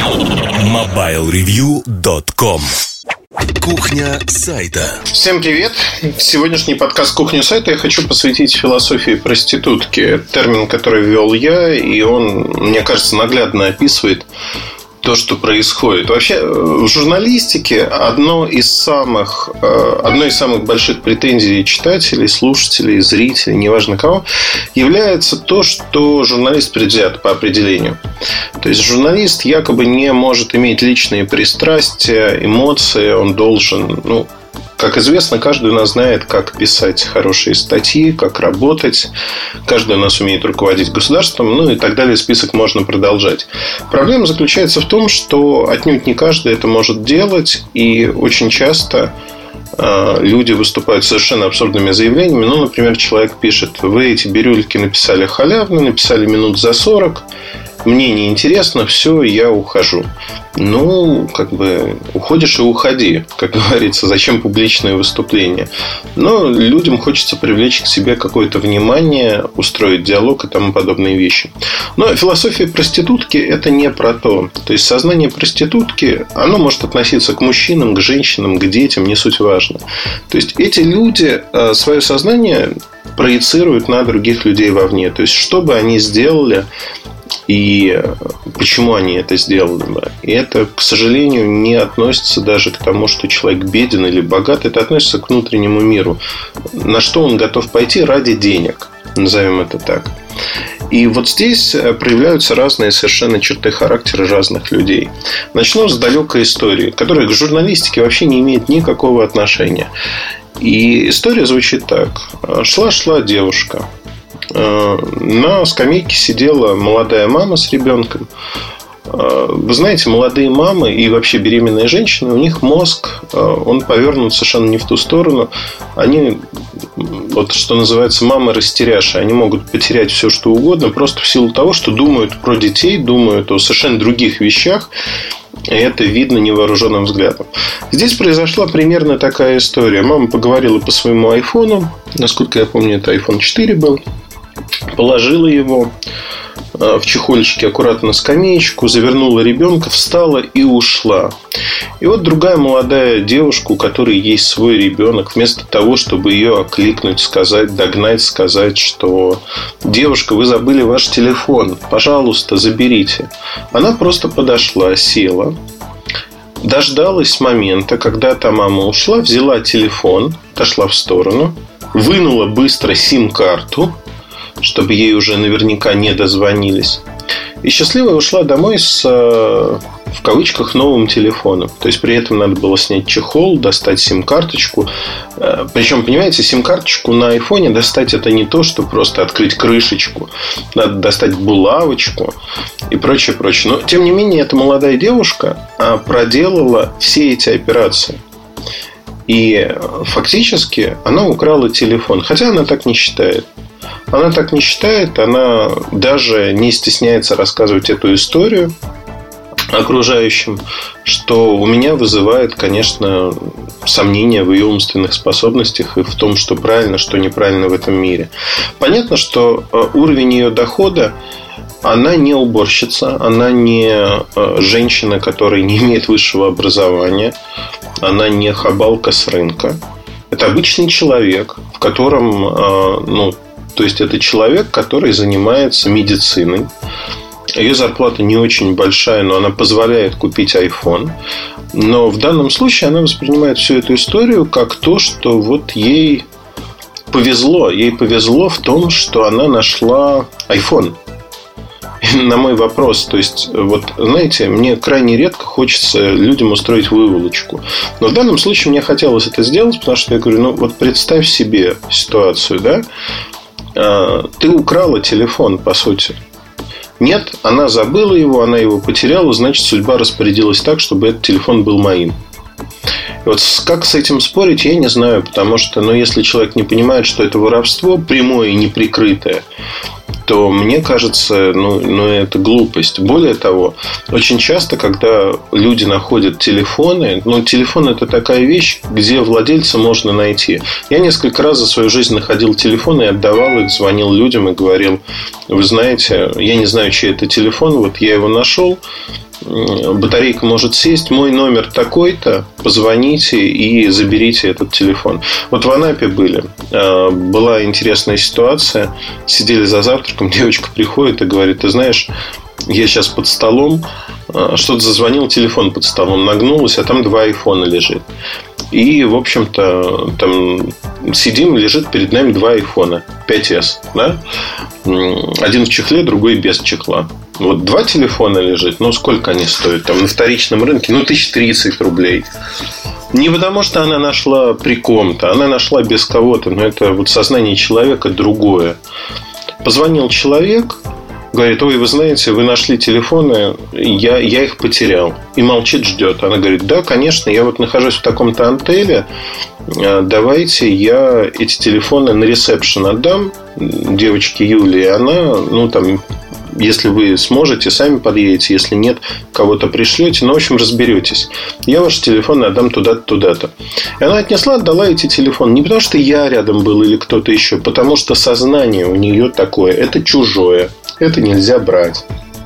MobileReview.com. Кухня сайта. Всем привет! Сегодняшний подкаст «Кухня сайта» я хочу посвятить философии проститутки. Термин, который ввел я, и он, мне кажется, наглядно описывает то, что происходит. Вообще, в журналистике одной из самых больших претензий читателей, слушателей, зрителей, неважно кого, является то, что журналист предвзят по определению. То есть журналист якобы не может иметь личные пристрастия, эмоции, он должен, как известно, каждый у нас знает, как писать хорошие статьи, как работать. Каждый у нас умеет руководить государством, и так далее. Список можно продолжать. Проблема заключается в том, что отнюдь не каждый это может делать. И очень часто люди выступают с совершенно абсурдными заявлениями. Например, человек пишет: вы эти бирюльки написали халявно, написали минут за 40. Мне неинтересно, все, я ухожу. Уходишь и уходи, как говорится. Зачем публичные выступления? Но людям хочется привлечь к себе какое-то внимание, устроить диалог и тому подобные вещи. Но философия проститутки – это не про то. То есть сознание проститутки, оно может относиться к мужчинам, к женщинам, к детям, не суть важно. То есть эти люди свое сознание проецируют на других людей вовне. То есть что бы они сделали и почему они это сделали бы. И это, к сожалению, не относится даже к тому, что человек беден или богат. Это относится к внутреннему миру. На что он готов пойти ради денег. Назовем это так. И вот здесь проявляются разные совершенно черты характера разных людей. Начну с далекой истории, которая к журналистике вообще не имеет никакого отношения. И история звучит так. Шла девушка. На скамейке сидела молодая мама с ребенком. Вы знаете, молодые мамы и вообще беременные женщины, у них мозг, он повернут совершенно не в ту сторону. Они, что называется, мамы-растеряши. Они могут потерять все, что угодно, просто в силу того, что думают про детей, думают о совершенно других вещах. И это видно невооруженным взглядом. Здесь произошла примерно такая история. Мама поговорила по своему айфону. Насколько я помню, это iPhone 4 был. Положила его в чехольчике аккуратно на скамеечку, завернула ребенка, встала и ушла. И вот другая молодая девушка, у которой есть свой ребенок, вместо того, чтобы ее окликнуть, сказать, догнать, сказать, что: девушка, вы забыли ваш телефон, пожалуйста, заберите. Она просто подошла, села, дождалась момента, когда та мама ушла, взяла телефон, отошла в сторону, вынула быстро сим-карту, чтобы ей уже наверняка не дозвонились. И счастливо ушла домой с, в кавычках, новым телефоном. То есть при этом надо было снять чехол, достать сим-карточку. Причем, понимаете, сим-карточку на айфоне достать — это не то, что просто открыть крышечку. Надо достать булавочку и прочее. Но тем не менее, эта молодая девушка проделала все эти операции. И фактически она украла телефон. Хотя она так не считает. Она так не считает, она даже не стесняется рассказывать эту историю окружающим, что у меня вызывает, конечно, сомнения в ее умственных способностях и в том, что правильно, что неправильно в этом мире. Понятно, что уровень ее дохода, она не уборщица, она не женщина, которая не имеет высшего образования, она не хабалка с рынка. Это обычный человек, в котором, то есть это человек, который занимается медициной. Ее зарплата не очень большая, но она позволяет купить iPhone. Но в данном случае она воспринимает всю эту историю как то, что вот ей повезло. Ей повезло в том, что она нашла iPhone. На мой вопрос, то есть, знаете, мне крайне редко хочется людям устроить выволочку. Но в данном случае мне хотелось это сделать, потому что я говорю, представь себе ситуацию, да? Ты украла телефон, по сути. Нет, она забыла его, она его потеряла, значит, судьба распорядилась так, чтобы этот телефон был моим. И как с этим спорить, я не знаю. Потому что, если человек не понимает, что это воровство прямое и неприкрытое, то мне кажется, это глупость. Более того, очень часто, когда люди находят телефоны, телефон — это такая вещь, где владельца можно найти. Я несколько раз за свою жизнь находил телефоны и отдавал их, звонил людям и говорил: вы знаете, я не знаю, чей это телефон, я его нашел, батарейка может сесть, мой номер такой-то, позвоните и заберите этот телефон. Вот в Анапе была интересная ситуация. Сидели за завтраком, девочка приходит и говорит: ты знаешь, я сейчас под столом, что-то зазвонил, телефон под столом, нагнулась, а там 2 айфона лежит. И, в общем-то, там сидим, лежит перед нами 2 айфона 5s, да? Один в чехле, другой без чехла. Вот 2 телефона лежит. Ну, сколько они стоят? Там на вторичном рынке, 1030 рублей. Не потому, что она нашла при ком-то, она нашла без кого-то. Но это вот сознание человека другое. Позвонил человек, говорит: ой, вы знаете, вы нашли телефоны, я их потерял. И молчит, ждет. Она говорит: да, конечно, я вот нахожусь в таком-то отеле. Давайте я эти телефоны на ресепшн отдам девочке Юлии. Она, если вы сможете, сами подъедете. Если нет, кого-то пришлете. В общем, разберетесь. Я ваши телефоны отдам туда-то, туда-то. И она отдала эти телефоны. Не потому, что я рядом был или кто-то еще. Потому что сознание у нее такое. Это чужое. Это нельзя брать.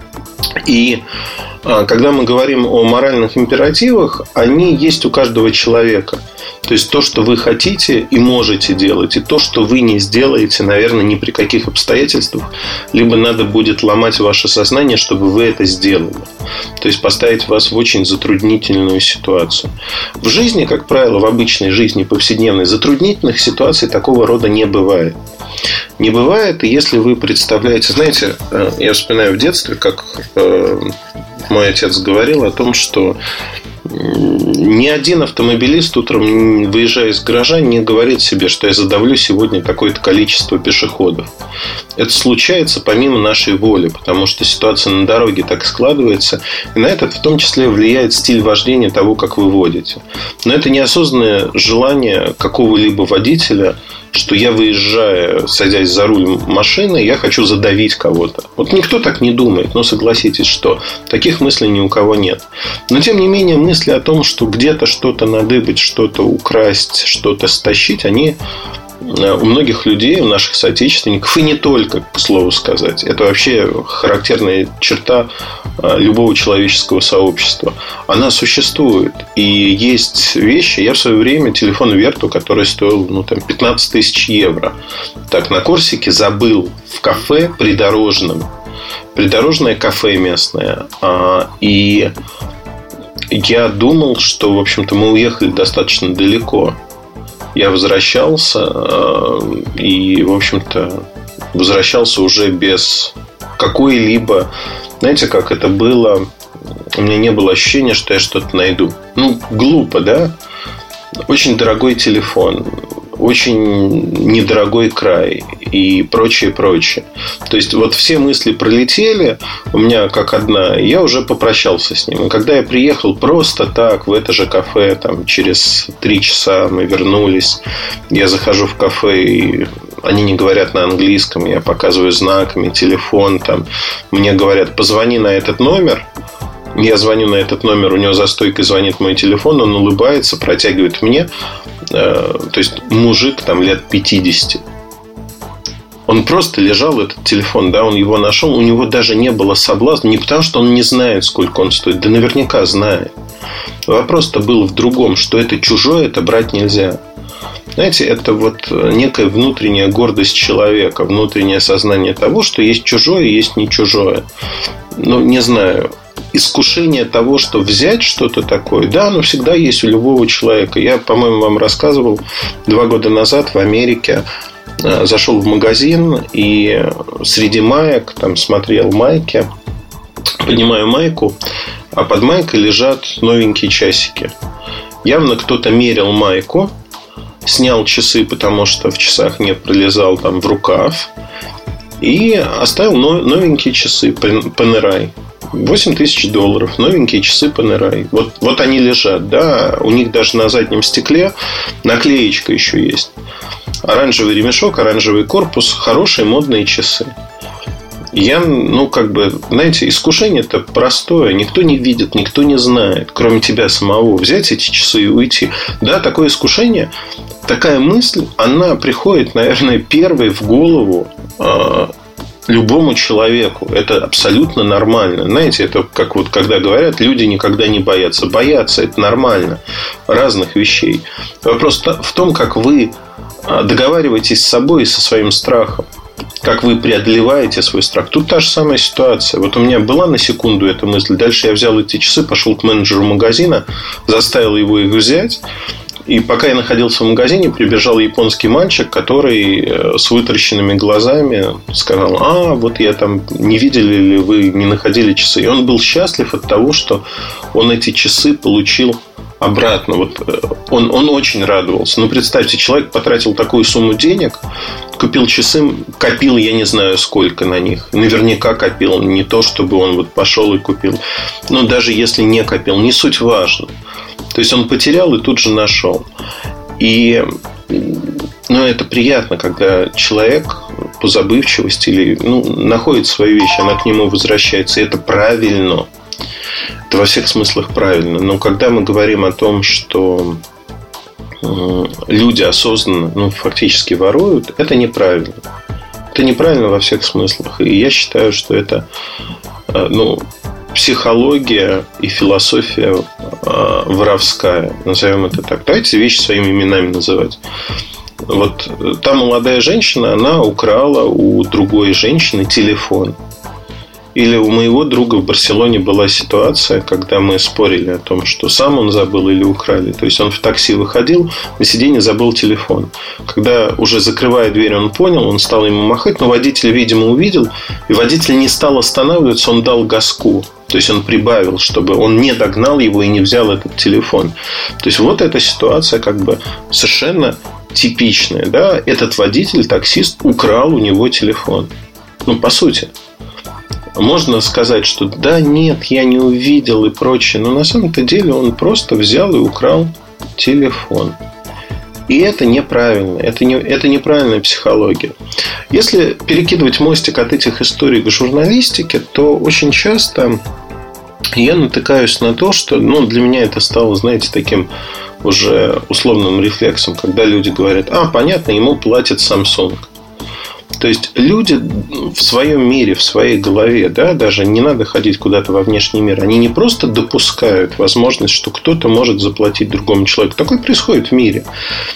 И когда мы говорим о моральных императивах, они есть у каждого человека. То есть то, что вы хотите и можете делать, и то, что вы не сделаете, наверное, ни при каких обстоятельствах, либо надо будет ломать ваше сознание, чтобы вы это сделали. То есть поставить вас в очень затруднительную ситуацию. В жизни, как правило, в обычной жизни повседневной, затруднительных ситуаций такого рода не бывает. Не бывает, и если вы представляете... Знаете, я вспоминаю в детстве, как мой отец говорил о том, что ни один автомобилист утром, выезжая из гаража, не говорит себе, что я задавлю сегодня такое-то количество пешеходов. Это случается помимо нашей воли, потому что ситуация на дороге так складывается. И на это в том числе влияет стиль вождения того, как вы водите. Но это неосознанное желание какого-либо водителя, что я, выезжая, садясь за руль машины, я хочу задавить кого-то. Вот никто так не думает. Но согласитесь, что таких мыслей ни у кого нет. Но тем не менее, мысли о том, что где-то что-то надыбать, что-то украсть, что-то стащить, они у многих людей, у наших соотечественников, и не только, к слову сказать. Это вообще характерная черта любого человеческого сообщества. Она существует. И есть вещи. Я в свое время телефон Верту, который стоил 15 тысяч евро, так на Корсике забыл в кафе придорожном. Придорожное кафе местное. И я думал, что, в общем-то, мы уехали достаточно далеко. Я возвращался и, в общем-то, возвращался уже без какой-либо... Знаете, как это было? У меня не было ощущения, что я что-то найду. Глупо, да? Очень дорогой телефон, очень недорогой край и прочее, прочее. То есть, вот все мысли пролетели у меня как одна, и я уже попрощался с ним. И когда я приехал просто так в это же кафе, там, через 3 часа мы вернулись, я захожу в кафе, и они не говорят на английском, я показываю знаками телефон, там, мне говорят: позвони на этот номер. Я звоню на этот номер, у него за стойкой звонит мой телефон, он улыбается, протягивает мне. То есть мужик там лет 50. Он просто лежал, этот телефон, да, он его нашел. У него даже не было соблазна. Не потому, что он не знает, сколько он стоит. Да наверняка знает. Вопрос-то был в другом, что это чужое, это брать нельзя. Знаете, это вот некая внутренняя гордость человека, внутреннее сознание того, что есть чужое, есть не чужое. Не знаю. Искушение того, что взять что-то такое, да, оно всегда есть у любого человека. Я, по-моему, вам рассказывал 2 года назад в Америке. Зашел в магазин и среди маек там смотрел майки. Поднимаю майку, а под майкой лежат новенькие часики. Явно кто-то мерил майку, снял часы, потому что в часах не пролезал там в рукав, и оставил новенькие часы Panerai. $8000, новенькие часы Panerai. Вот они лежат, да. У них даже на заднем стекле наклеечка еще есть. Оранжевый ремешок, оранжевый корпус, хорошие модные часы. Я, знаете, искушение-то простое. Никто не видит, никто не знает, кроме тебя самого. Взять эти часы и уйти. Да, такое искушение, такая мысль, она приходит, наверное, первой в голову любому человеку. Это абсолютно нормально. Знаете, это как вот когда говорят, люди никогда не боятся. Бояться – это нормально. Разных вещей. Вопрос в том, как вы договариваетесь с собой и со своим страхом. Как вы преодолеваете свой страх. Тут та же самая ситуация. Вот у меня была на секунду эта мысль. Дальше я взял эти часы, пошел к менеджеру магазина, заставил его их взять. И пока я находился в магазине, прибежал японский мальчик, который с вытаращенными глазами сказал: вот я там, не видели ли вы, не находили часы. И он был счастлив от того, что он эти часы получил обратно. Вот он очень радовался. Ну, представьте, человек потратил такую сумму денег, купил часы, копил, я не знаю сколько на них. Наверняка копил. Не то, чтобы он вот пошел и купил. Но даже если не копил, не суть важно. То есть он потерял и тут же нашел. И это приятно, когда человек по забывчивости или находит свою вещь, она к нему возвращается. И это правильно. Это во всех смыслах правильно. Но когда мы говорим о том, что люди осознанно, фактически воруют, это неправильно. Это неправильно во всех смыслах. И я считаю, что это психология и философия воровская, назовем это так. Давайте вещи своими именами называть. Вот та молодая женщина, она украла у другой женщины телефон. Или у моего друга в Барселоне была ситуация, когда мы спорили о том, что сам он забыл или украли. То есть он в такси выходил, на сиденье забыл телефон. Когда уже закрывая дверь, он понял, он стал ему махать, но водитель, видимо, увидел, и водитель не стал останавливаться, он дал газку. То есть он прибавил, чтобы он не догнал его и не взял этот телефон. То есть вот эта ситуация как бы совершенно типичная. Да? Этот водитель, таксист, украл у него телефон. По сути. Можно сказать, что да, нет, я не увидел и прочее. Но на самом-то деле он просто взял и украл телефон. И это неправильно. Это неправильная психология. Если перекидывать мостик от этих историй к журналистике, то очень часто я натыкаюсь на то, что для меня это стало, знаете, таким уже условным рефлексом, когда люди говорят: понятно, ему платит Samsung. То есть люди в своем мире, в своей голове, да, даже не надо ходить куда-то во внешний мир, они не просто допускают возможность, что кто-то может заплатить другому человеку. Такое происходит в мире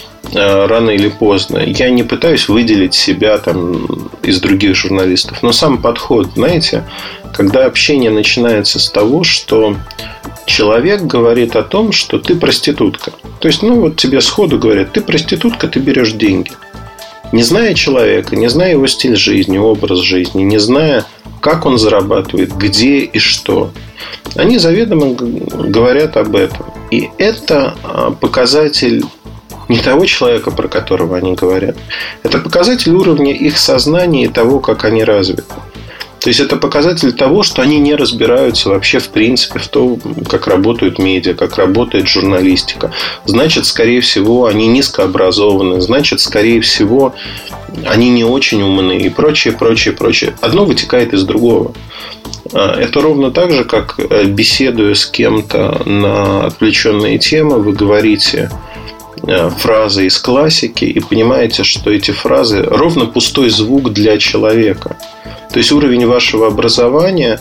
рано или поздно. Я не пытаюсь выделить себя там из других журналистов, но сам подход, знаете, когда общение начинается с того, что человек говорит о том, что ты проститутка. То есть, тебе сходу говорят: ты проститутка, ты берешь деньги. Не зная человека, не зная его стиль жизни, образ жизни, не зная, как он зарабатывает, где и что, они заведомо говорят об этом. И это показатель не того человека, про которого они говорят. Это показатель уровня их сознания и того, как они развиты. То есть это показатель того, что они не разбираются вообще в принципе в том, как работают медиа, как работает журналистика. Значит, скорее всего, они низкообразованы. Значит, скорее всего, они не очень умны и прочее, прочее, прочее. Одно вытекает из другого. Это ровно так же, как беседуя с кем-то на отвлеченные темы, вы говорите фразы из классики и понимаете, что эти фразы ровно пустой звук для человека. То есть уровень вашего образования,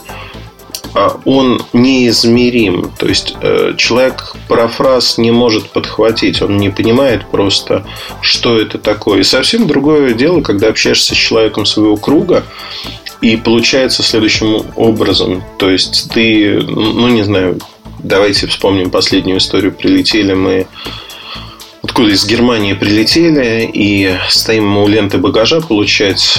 он неизмерим. То есть человек парафраз не может подхватить. Он не понимает просто, что это такое. И совсем другое дело, когда общаешься с человеком своего круга, и получается следующим образом. То есть ты, не знаю, давайте вспомним последнюю историю. Прилетели мы откуда из Германии прилетели, и стоим мы у ленты багажа получать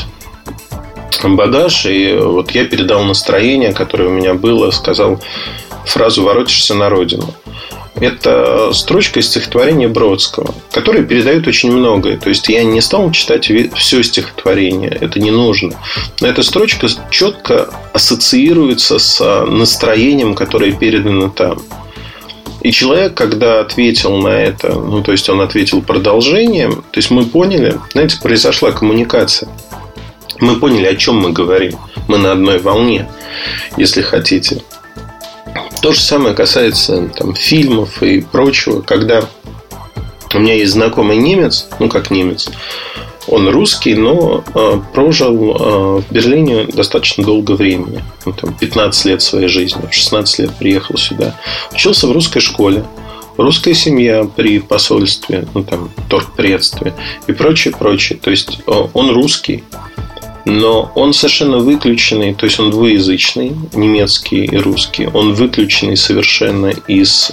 багаж. И вот я передал настроение, которое у меня было, сказал фразу «воротишься на родину». Это строчка из стихотворения Бродского, которая передает очень многое. То есть я не стал читать все стихотворение, это не нужно. Но эта строчка четко ассоциируется с настроением, которое передано там. И человек, когда ответил на это, то есть он ответил продолжением, то есть мы поняли, знаете, произошла коммуникация. Мы поняли, о чем мы говорим. Мы на одной волне, если хотите. То же самое касается фильмов и прочего. Когда у меня есть знакомый немец, как немец, Он русский, но прожил в Берлине достаточно долго времени. Ну, там, 15 лет своей жизни. В 16 лет приехал сюда. Учился в русской школе. Русская семья при посольстве, ну, там, торгпредстве и прочее, прочее. То есть он русский, но он совершенно выключенный, то есть он двуязычный, немецкий и русский. Он выключенный совершенно из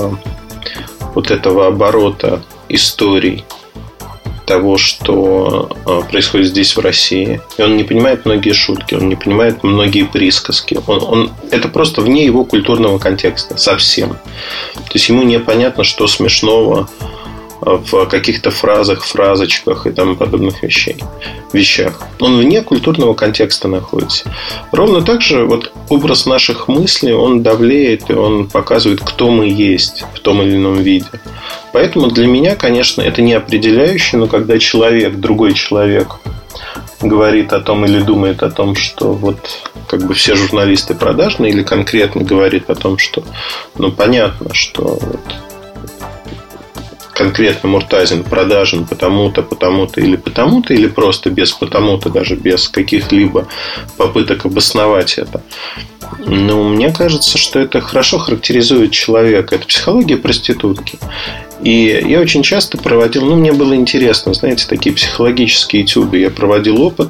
вот этого оборота историй того, что происходит здесь в России. И он не понимает многие шутки, он не понимает многие присказки. Это просто вне его культурного контекста совсем. То есть ему непонятно, что смешного в каких-то фразах, фразочках и тому подобных вещах. Он вне культурного контекста находится. Ровно так же вот образ наших мыслей, он давлеет и он показывает, кто мы есть в том или ином виде. Поэтому для меня, конечно, это не определяющее, но когда другой человек говорит о том или думает о том, что вот как бы все журналисты продажные, или конкретно говорит о том, что понятно, что вот конкретно Муртазин продажен потому-то, потому-то, или просто без потому-то, даже без каких-либо попыток обосновать это. Мне кажется, что это хорошо характеризует человека. Это психология проститутки. И я очень часто проводил, мне было интересно, знаете, такие психологические этюды. Я проводил опыт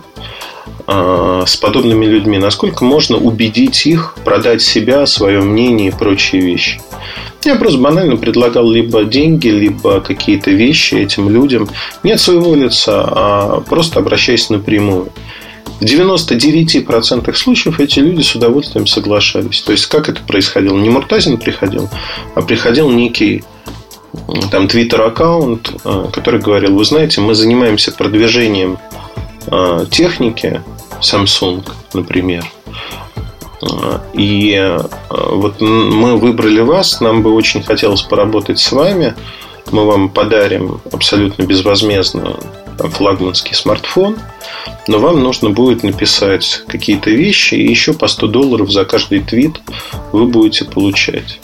с подобными людьми. Насколько можно убедить их продать себя, свое мнение и прочие вещи. Я просто банально предлагал либо деньги, либо какие-то вещи этим людям. Не от своего лица, а просто обращаясь напрямую. В 99% случаев эти люди с удовольствием соглашались. То есть, как это происходило? Не Муртазин приходил, а приходил некий там твиттер-аккаунт, который говорил: вы знаете, мы занимаемся продвижением техники Samsung, например. И вот мы выбрали вас, нам бы очень хотелось поработать с вами. Мы вам подарим абсолютно безвозмездно флагманский смартфон, но вам нужно будет написать какие-то вещи, и еще по $100 за каждый твит вы будете получать.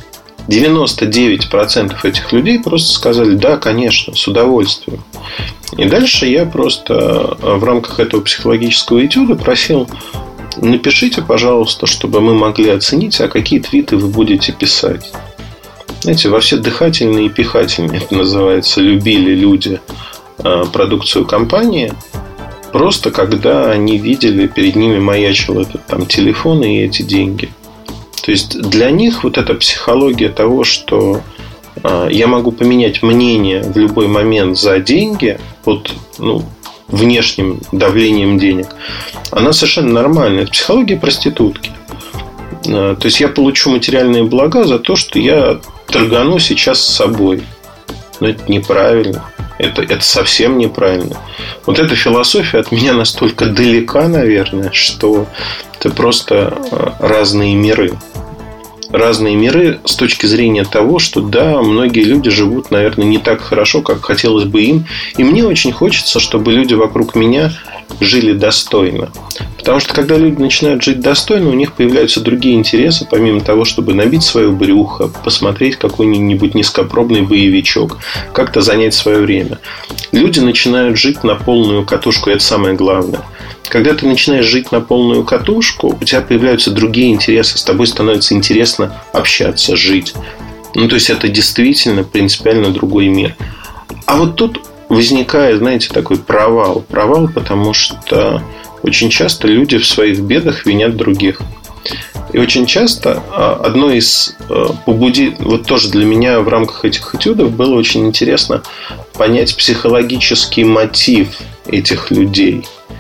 99% этих людей просто сказали: да, конечно, с удовольствием. И дальше я просто в рамках этого психологического этюда просил: напишите, пожалуйста, чтобы мы могли оценить, а какие твиты вы будете писать. Знаете, во все дыхательные и пихательные, это называется, любили люди продукцию компании, просто когда они видели, перед ними маячил этот там телефон и эти деньги. То есть для них вот эта психология того, что я могу поменять мнение в любой момент за деньги под внешним давлением денег, она совершенно нормальная. Это психология проститутки. То есть я получу материальные блага за то, что я торгану сейчас с собой. Но это неправильно. Это совсем неправильно. Вот эта философия от меня настолько далека, наверное, что это просто разные миры. Разные миры с точки зрения того, что да, многие люди живут, наверное, не так хорошо, как хотелось бы им. И мне очень хочется, чтобы люди вокруг меня жили достойно. Потому что когда люди начинают жить достойно, у них появляются другие интересы, помимо того, чтобы набить свое брюхо, посмотреть какой-нибудь низкопробный боевичок, как-то занять свое время. Люди начинают жить на полную катушку, и это самое главное. Когда ты начинаешь жить на полную катушку, у тебя появляются другие интересы, с тобой становится интересно общаться, жить. То есть это действительно принципиально другой мир. А вот тут возникает, знаете, такой провал. Провал, потому что очень часто люди в своих бедах винят других. И очень часто одно из вот тоже для меня в рамках этих этюдов было очень интересно понять психологический мотив этих людей.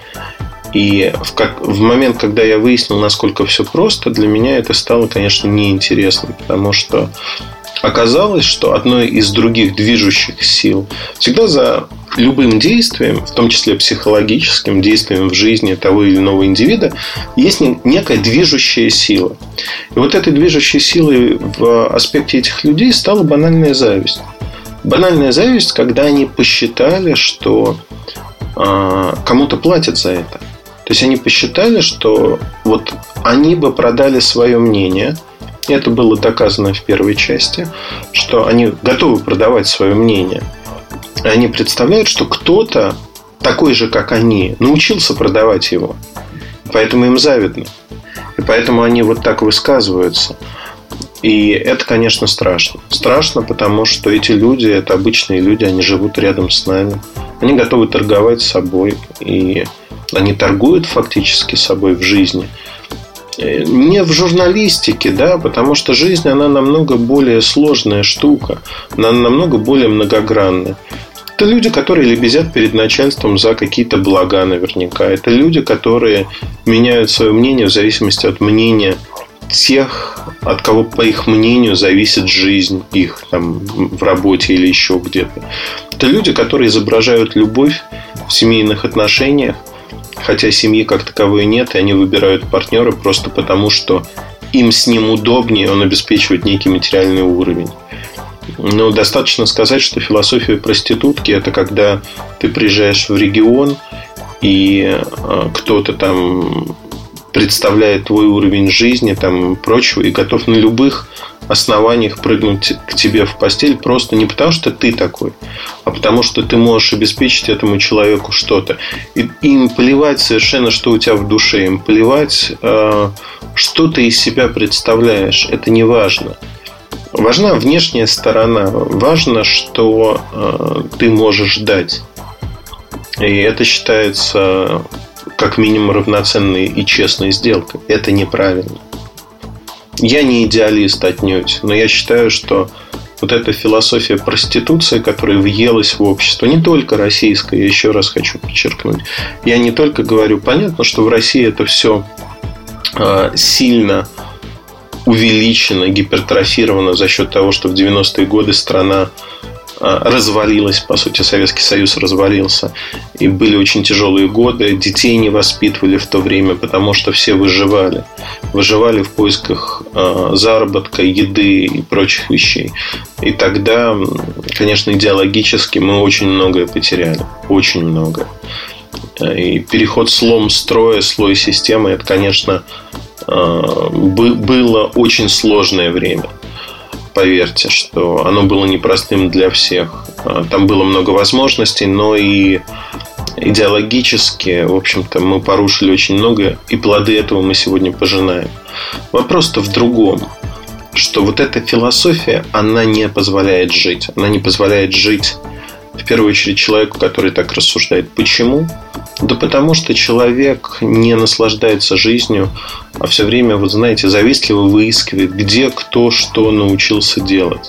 И в момент, когда я выяснил, насколько все просто, для меня это стало, конечно, неинтересно. Потому что оказалось, что одной из других движущих сил всегда за любым действием, в том числе психологическим действием в жизни того или иного индивида, есть некая движущая сила. И вот этой движущей силой в аспекте этих людей стала банальная зависть. Банальная зависть, когда они посчитали, что кому-то платят за это. То есть они посчитали, что вот они бы продали свое мнение. Это было доказано в первой части, что они готовы продавать свое мнение. Они представляют, что кто-то такой же, как они, научился продавать его. Поэтому им завидно. И поэтому они вот так высказываются. И это, конечно, страшно. Страшно, потому что эти люди, это обычные люди, они живут рядом с нами. Они готовы торговать собой. И они торгуют фактически собой в жизни. Не в журналистике, да, потому что жизнь, она намного более сложная штука. Она намного более многогранная. Это люди, которые лебезят перед начальством за какие-то блага наверняка. Это люди, которые меняют свое мнение в зависимости от мнения тех, от кого, по их мнению, зависит жизнь их там, в работе или еще где-то. Это люди, которые изображают любовь в семейных отношениях, хотя семьи как таковой нет, и они выбирают партнера просто потому, что им с ним удобнее, он обеспечивает некий материальный уровень. Но достаточно сказать, что философия проститутки – это когда ты приезжаешь в регион, и кто-то там представляет твой уровень жизни там, и прочего, и готов на любых основаниях прыгнуть к тебе в постель просто не потому, что ты такой, а потому, что ты можешь обеспечить этому человеку что-то. И им плевать совершенно, что у тебя в душе. Им плевать, что ты из себя представляешь. Это не важно. Важна внешняя сторона. Важно, что ты можешь дать. И это считается как минимум равноценной и честной сделкой. Это неправильно. Я не идеалист отнюдь, но я считаю, что вот эта философия проституции, которая въелась в общество, не только российское, я еще раз хочу подчеркнуть. Я не только говорю, понятно, что в России это все сильно увеличено, гипертрофировано за счет того, что в 90-е годы страна развалилась, по сути, Советский Союз развалился, и были очень тяжелые годы, детей не воспитывали в то время, потому что все выживали в поисках заработка, еды и прочих вещей. И тогда, конечно, идеологически мы очень многое потеряли, очень многое. И переход слом строя, слой системы, это, конечно, было очень сложное время. Поверьте, что оно было непростым для всех. Там было много возможностей, но и идеологически, в общем-то, мы порушили очень много, и плоды этого мы сегодня пожинаем. Вопрос-то в другом, что вот эта философия, она не позволяет жить. Она не позволяет жить, в первую очередь, человеку, который так рассуждает. Почему? Да потому что человек не наслаждается жизнью, а все время, вот знаете, завистливо выискивает, где кто что научился делать.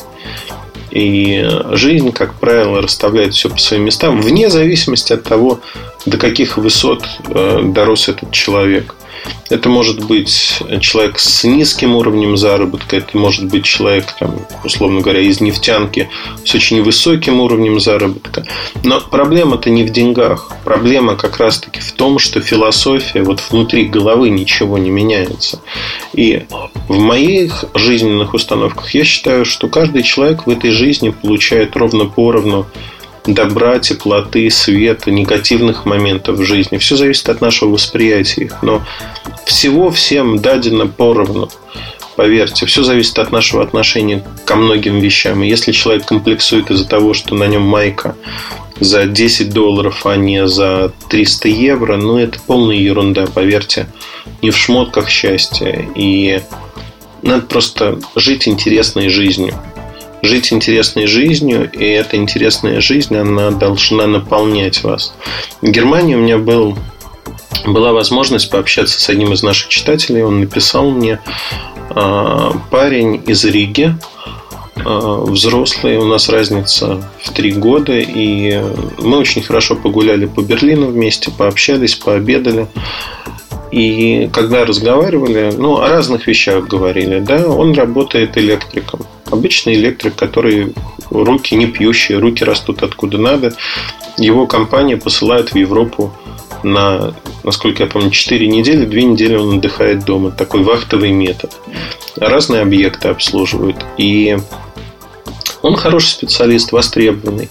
И жизнь, как правило, расставляет все по своим местам, вне зависимости от того, до каких высот дорос этот человек. Это может быть человек с низким уровнем заработка, это может быть человек, там, условно говоря, из нефтянки с очень высоким уровнем заработка. Но проблема-то не в деньгах. Проблема как раз-таки в том, что философия, вот внутри головы ничего не меняется. И в моих жизненных установках я считаю, что каждый человек в этой жизни получает ровно поровну добра, теплоты, света, негативных моментов в жизни. Все зависит от нашего восприятия их. Но всего всем дадено поровну. Поверьте, все зависит от нашего отношения ко многим вещам. И если человек комплексует из-за того, что на нем майка за $10, а не за 300 евро, ну, это полная ерунда, поверьте. Не в шмотках счастья. И надо просто жить интересной жизнью. Жить интересной жизнью, и эта интересная жизнь, она должна наполнять вас. В Германии у меня была возможность пообщаться с одним из наших читателей. Он написал мне: парень из Риги, взрослый, у нас разница в 3 года, и мы очень хорошо погуляли по Берлину вместе, пообщались, пообедали. И когда разговаривали, о разных вещах говорили, да, он работает электриком. Обычный электрик, который руки не пьющие, руки растут откуда надо. Его компания посылает в Европу на, насколько я помню, 4 недели. 2 недели он отдыхает дома. Такой вахтовый метод. Разные объекты обслуживают. И он хороший специалист, востребованный.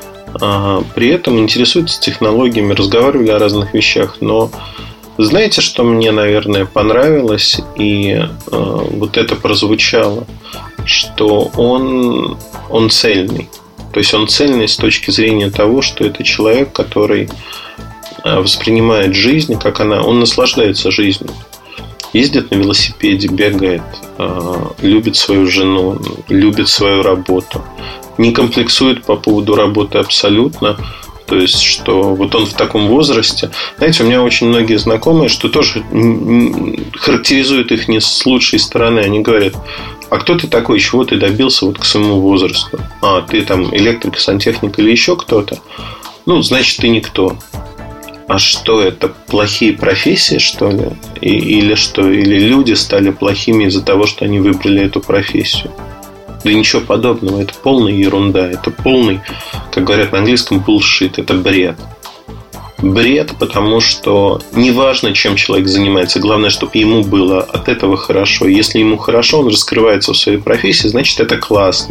При этом интересуется технологиями, разговаривали о разных вещах. Но знаете, что мне, наверное, понравилось? И вот это прозвучало, что он цельный. То есть он цельный с точки зрения того, что это человек, который воспринимает жизнь, как она. Он наслаждается жизнью. Ездит на велосипеде, бегает, любит свою жену, любит свою работу. Не комплексует по поводу работы абсолютно. То есть, что вот он в таком возрасте. Знаете, у меня очень многие знакомые, что тоже характеризуют их не с лучшей стороны. Они говорят: а кто ты такой, чего ты добился вот к своему возрасту? А, ты там электрик, сантехник или еще кто-то? Ну, значит, ты никто. А что это? Плохие профессии, что ли? Или что? Или люди стали плохими из-за того, что они выбрали эту профессию? Да ничего подобного. Это полная ерунда. Это полный, как говорят на английском, bullshit. Это бред. Бред, потому что неважно, чем человек занимается. Главное, чтобы ему было от этого хорошо. Если ему хорошо, он раскрывается в своей профессии, значит, это классно.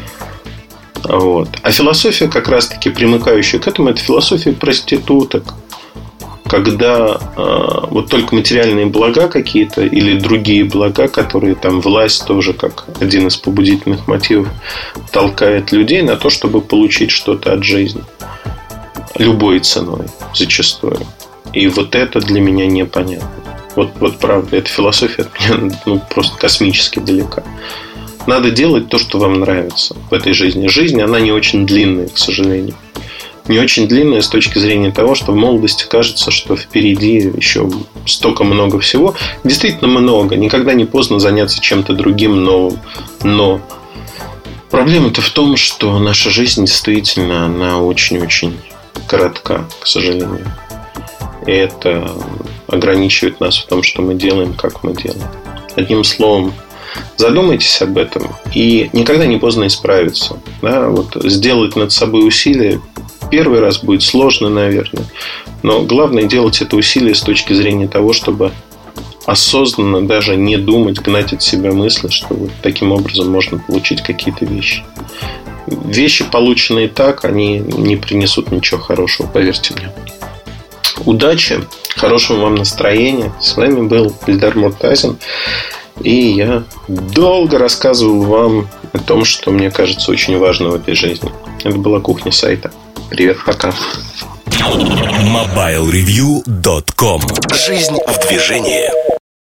Вот. А философия, как раз-таки примыкающая к этому, это философия проституток. Когда вот только материальные блага какие-то или другие блага, которые там власть тоже как один из побудительных мотивов толкает людей на то, чтобы получить что-то от жизни. Любой ценой зачастую. И вот это для меня непонятно. Вот правда, эта философия от меня просто космически далека. Надо делать то, что вам нравится в этой жизни. Жизнь, она не очень длинная, к сожалению. Не очень длинная с точки зрения того, что в молодости кажется, что впереди еще столько много всего. Действительно много. Никогда не поздно заняться чем-то другим новым. Но проблема-то в том, что наша жизнь действительно, она очень-очень коротка, к сожалению. И это ограничивает нас в том, что мы делаем, как мы делаем. Одним словом, задумайтесь об этом. И никогда не поздно исправиться. Да? Вот сделать над собой усилия. Первый раз будет сложно, наверное. Но главное делать это усилие с точки зрения того, чтобы осознанно даже не думать, гнать от себя мысли, что вот таким образом можно получить какие-то вещи. Вещи, полученные так, они не принесут ничего хорошего, поверьте мне. Удачи, хорошего вам настроения. С вами был Ильдар Муртазин. И я долго рассказывал вам о том, что мне кажется очень важно в этой жизни. Это была кухня сайта. Привет, пока. MobileReview.com. Жизнь в движении.